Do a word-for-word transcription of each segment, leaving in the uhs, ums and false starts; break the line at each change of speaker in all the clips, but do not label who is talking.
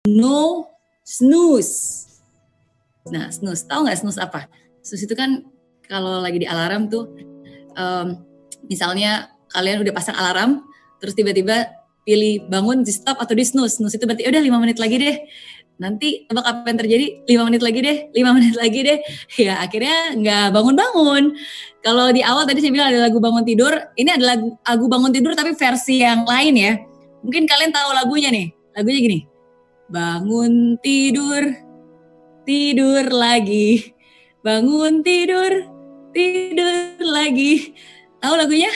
no snooze. Nah, snooze, tahu nggak snooze apa? Snooze itu kan kalau lagi di alarm tuh, um, misalnya kalian udah pasang alarm, terus tiba-tiba pilih bangun di stop atau di snooze. Snooze itu berarti udah lima menit lagi deh. Nanti tebak apa yang terjadi? lima menit lagi deh, lima menit lagi deh. Ya akhirnya nggak bangun-bangun. Kalau di awal tadi saya bilang ada lagu bangun tidur, ini ada lagu, lagu bangun tidur tapi versi yang lain ya. Mungkin kalian tahu lagunya nih. Lagunya gini. Bangun tidur, tidur lagi. Bangun tidur, tidur lagi. Tahu lagunya?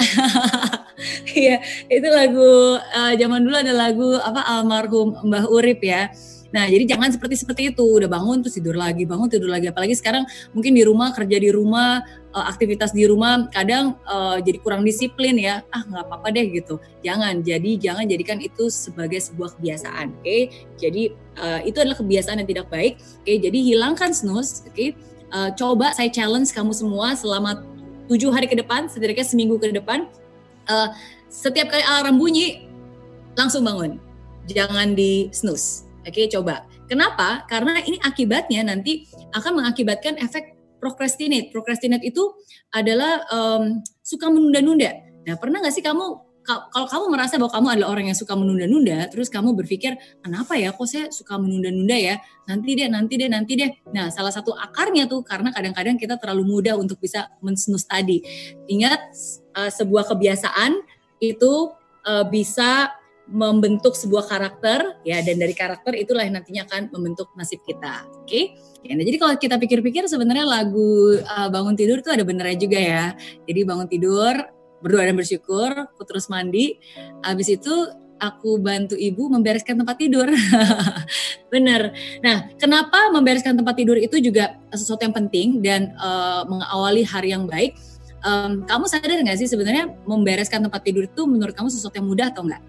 Iya, itu lagu uh, zaman dulu ada lagu apa almarhum Mbah Urip ya. Nah, jadi jangan seperti seperti itu, udah bangun terus tidur lagi, bangun tidur lagi. Apalagi sekarang mungkin di rumah, kerja di rumah, uh, aktivitas di rumah, kadang uh, jadi kurang disiplin ya. Ah, nggak apa-apa deh gitu. Jangan, jadi jangan jadikan itu sebagai sebuah kebiasaan. Oke, okay? Jadi uh, itu adalah kebiasaan yang tidak baik. Oke, okay? Jadi hilangkan snooze. Oke, okay? uh, coba saya challenge kamu semua selama tujuh hari ke depan, setidaknya seminggu ke depan. Uh, setiap kali alarm bunyi, langsung bangun. Jangan di snooze. Oke, coba. Kenapa? Karena ini akibatnya nanti akan mengakibatkan efek procrastinate. Procrastinate itu adalah um, suka menunda-nunda. Nah, pernah nggak sih kamu, kalau kamu merasa bahwa kamu adalah orang yang suka menunda-nunda, terus kamu berpikir, kenapa ya kok saya suka menunda-nunda ya? Nanti deh, nanti deh, nanti deh. Nah, salah satu akarnya tuh karena kadang-kadang kita terlalu mudah untuk bisa men-snooze tadi. Ingat, uh, sebuah kebiasaan itu uh, bisa membentuk sebuah karakter ya, dan dari karakter itulah yang nantinya akan membentuk nasib kita. Oke, okay? Ya, nah, jadi kalau kita pikir-pikir sebenarnya lagu uh, bangun tidur itu ada benernya juga ya. Jadi bangun tidur, berdoa dan bersyukur, aku terus mandi, habis itu aku bantu ibu membereskan tempat tidur. Bener. Nah, kenapa membereskan tempat tidur itu juga sesuatu yang penting dan uh, mengawali hari yang baik? Um, kamu sadar nggak sih sebenarnya membereskan tempat tidur itu menurut kamu sesuatu yang mudah atau enggak?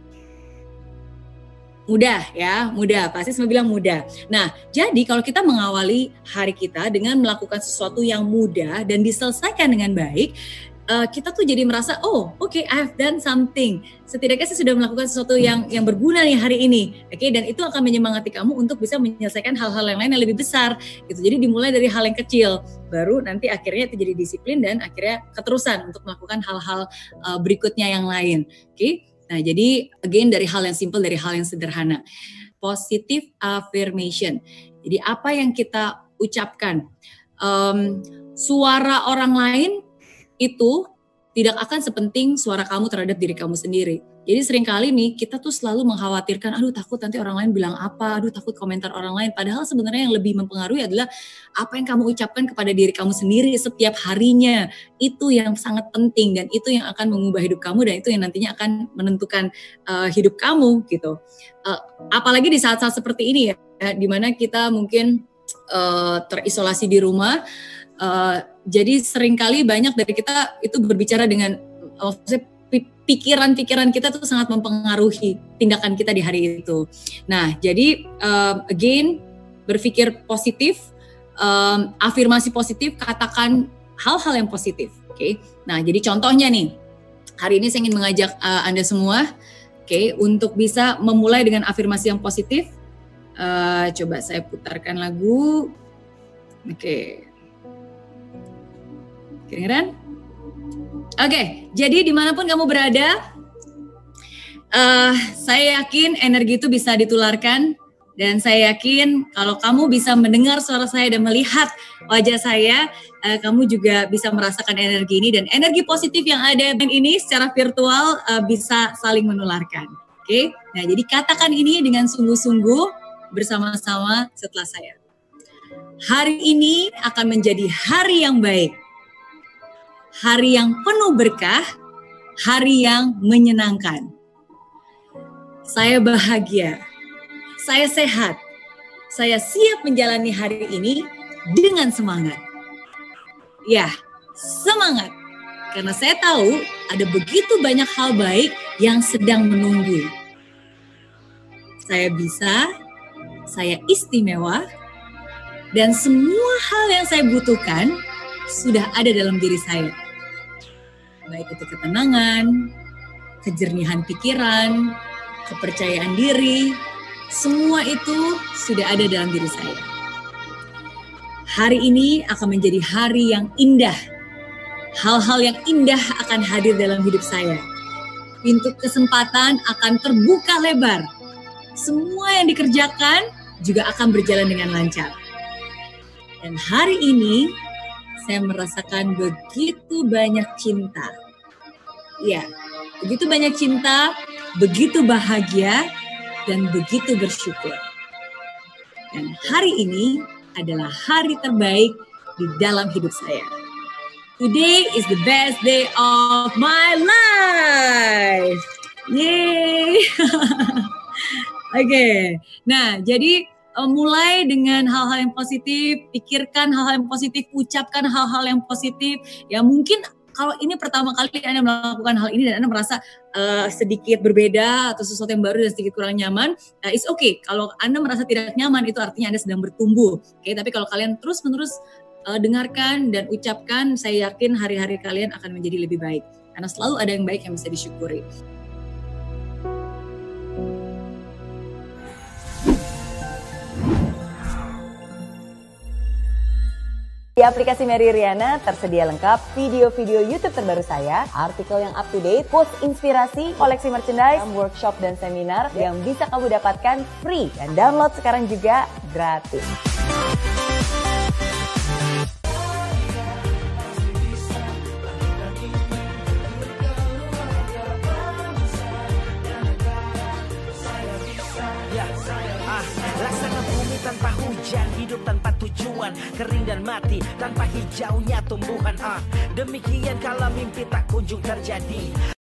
Mudah ya, mudah. Pasti semua bilang mudah. Nah, jadi kalau kita mengawali hari kita dengan melakukan sesuatu yang mudah dan diselesaikan dengan baik, uh, kita tuh jadi merasa, oh oke, okay, I've done something. Setidaknya saya sudah melakukan sesuatu yang yang berguna nih hari ini. Oke, okay? Dan itu akan menyemangati kamu untuk bisa menyelesaikan hal-hal yang lain yang lebih besar. Gitu. Jadi dimulai dari hal yang kecil, baru nanti akhirnya itu jadi disiplin dan akhirnya keterusan untuk melakukan hal-hal uh, berikutnya yang lain. Oke. Okay? Nah, jadi again dari hal yang simple, dari hal yang sederhana. Positive affirmation. Jadi apa yang kita ucapkan, um, suara orang lain itu tidak akan sepenting suara kamu terhadap diri kamu sendiri. Jadi seringkali nih kita tuh selalu mengkhawatirkan, aduh takut nanti orang lain bilang apa, aduh takut komentar orang lain. Padahal sebenarnya yang lebih mempengaruhi adalah apa yang kamu ucapkan kepada diri kamu sendiri setiap harinya. Itu yang sangat penting dan itu yang akan mengubah hidup kamu dan itu yang nantinya akan menentukan uh, hidup kamu gitu. Uh, apalagi di saat-saat seperti ini ya, di mana kita mungkin uh, terisolasi di rumah. Uh, jadi seringkali banyak dari kita itu berbicara dengan uh, pikiran-pikiran kita tuh sangat mempengaruhi tindakan kita di hari itu. Nah, jadi um, again berpikir positif, um, afirmasi positif, katakan hal-hal yang positif. Oke. Okay? Nah, jadi contohnya nih, hari ini saya ingin mengajak uh, Anda semua, oke, okay, untuk bisa memulai dengan afirmasi yang positif. Uh, coba saya putarkan lagu. Oke. Okay. Kedengeran? Oke, okay, jadi dimanapun kamu berada, uh, saya yakin energi itu bisa ditularkan dan saya yakin kalau kamu bisa mendengar suara saya dan melihat wajah saya, uh, kamu juga bisa merasakan energi ini dan energi positif yang ada ini secara virtual uh, bisa saling menularkan. Oke, okay? Nah jadi katakan ini dengan sungguh-sungguh bersama-sama setelah saya. Hari ini akan menjadi hari yang baik. Hari yang penuh berkah, hari yang menyenangkan. Saya bahagia, saya sehat, saya siap menjalani hari ini dengan semangat. Ya, semangat. Karena saya tahu ada begitu banyak hal baik yang sedang menunggu. Saya bisa, saya istimewa, dan semua hal yang saya butuhkan sudah ada dalam diri saya. Baik itu ketenangan, kejernihan pikiran, kepercayaan diri, Semua itu sudah ada dalam diri saya. Hari ini akan menjadi hari yang indah. Hal-hal yang indah akan hadir dalam hidup saya. Pintu kesempatan akan terbuka lebar. Semua yang dikerjakan juga akan berjalan dengan lancar. Dan hari ini saya merasakan begitu banyak cinta. Ya, begitu banyak cinta, begitu bahagia, dan begitu bersyukur. Dan hari ini adalah hari terbaik di dalam hidup saya. Today is the best day of my life. Yeay. Oke. Okay. Nah, jadi uh, mulai dengan hal-hal yang positif, pikirkan hal-hal yang positif, ucapkan hal-hal yang positif. Ya mungkin kalau ini pertama kali Anda melakukan hal ini dan Anda merasa uh, sedikit berbeda atau sesuatu yang baru dan sedikit kurang nyaman, uh, it's okay. Kalau Anda merasa tidak nyaman, itu artinya Anda sedang bertumbuh. Oke, okay? Tapi kalau kalian terus-menerus uh, dengarkan dan ucapkan, saya yakin hari-hari kalian akan menjadi lebih baik. Karena selalu ada yang baik yang bisa disyukuri.
Di aplikasi Mary Riana tersedia lengkap video-video YouTube terbaru saya, artikel yang up to date, post inspirasi, koleksi merchandise, workshop dan seminar yang bisa kamu dapatkan free dan download sekarang juga gratis.
Laksana bumi tanpa hujan, hidup tanpa tujuan, kering dan mati tanpa hijaunya tumbuhan. Ah, demikian kalau mimpi tak kunjung terjadi.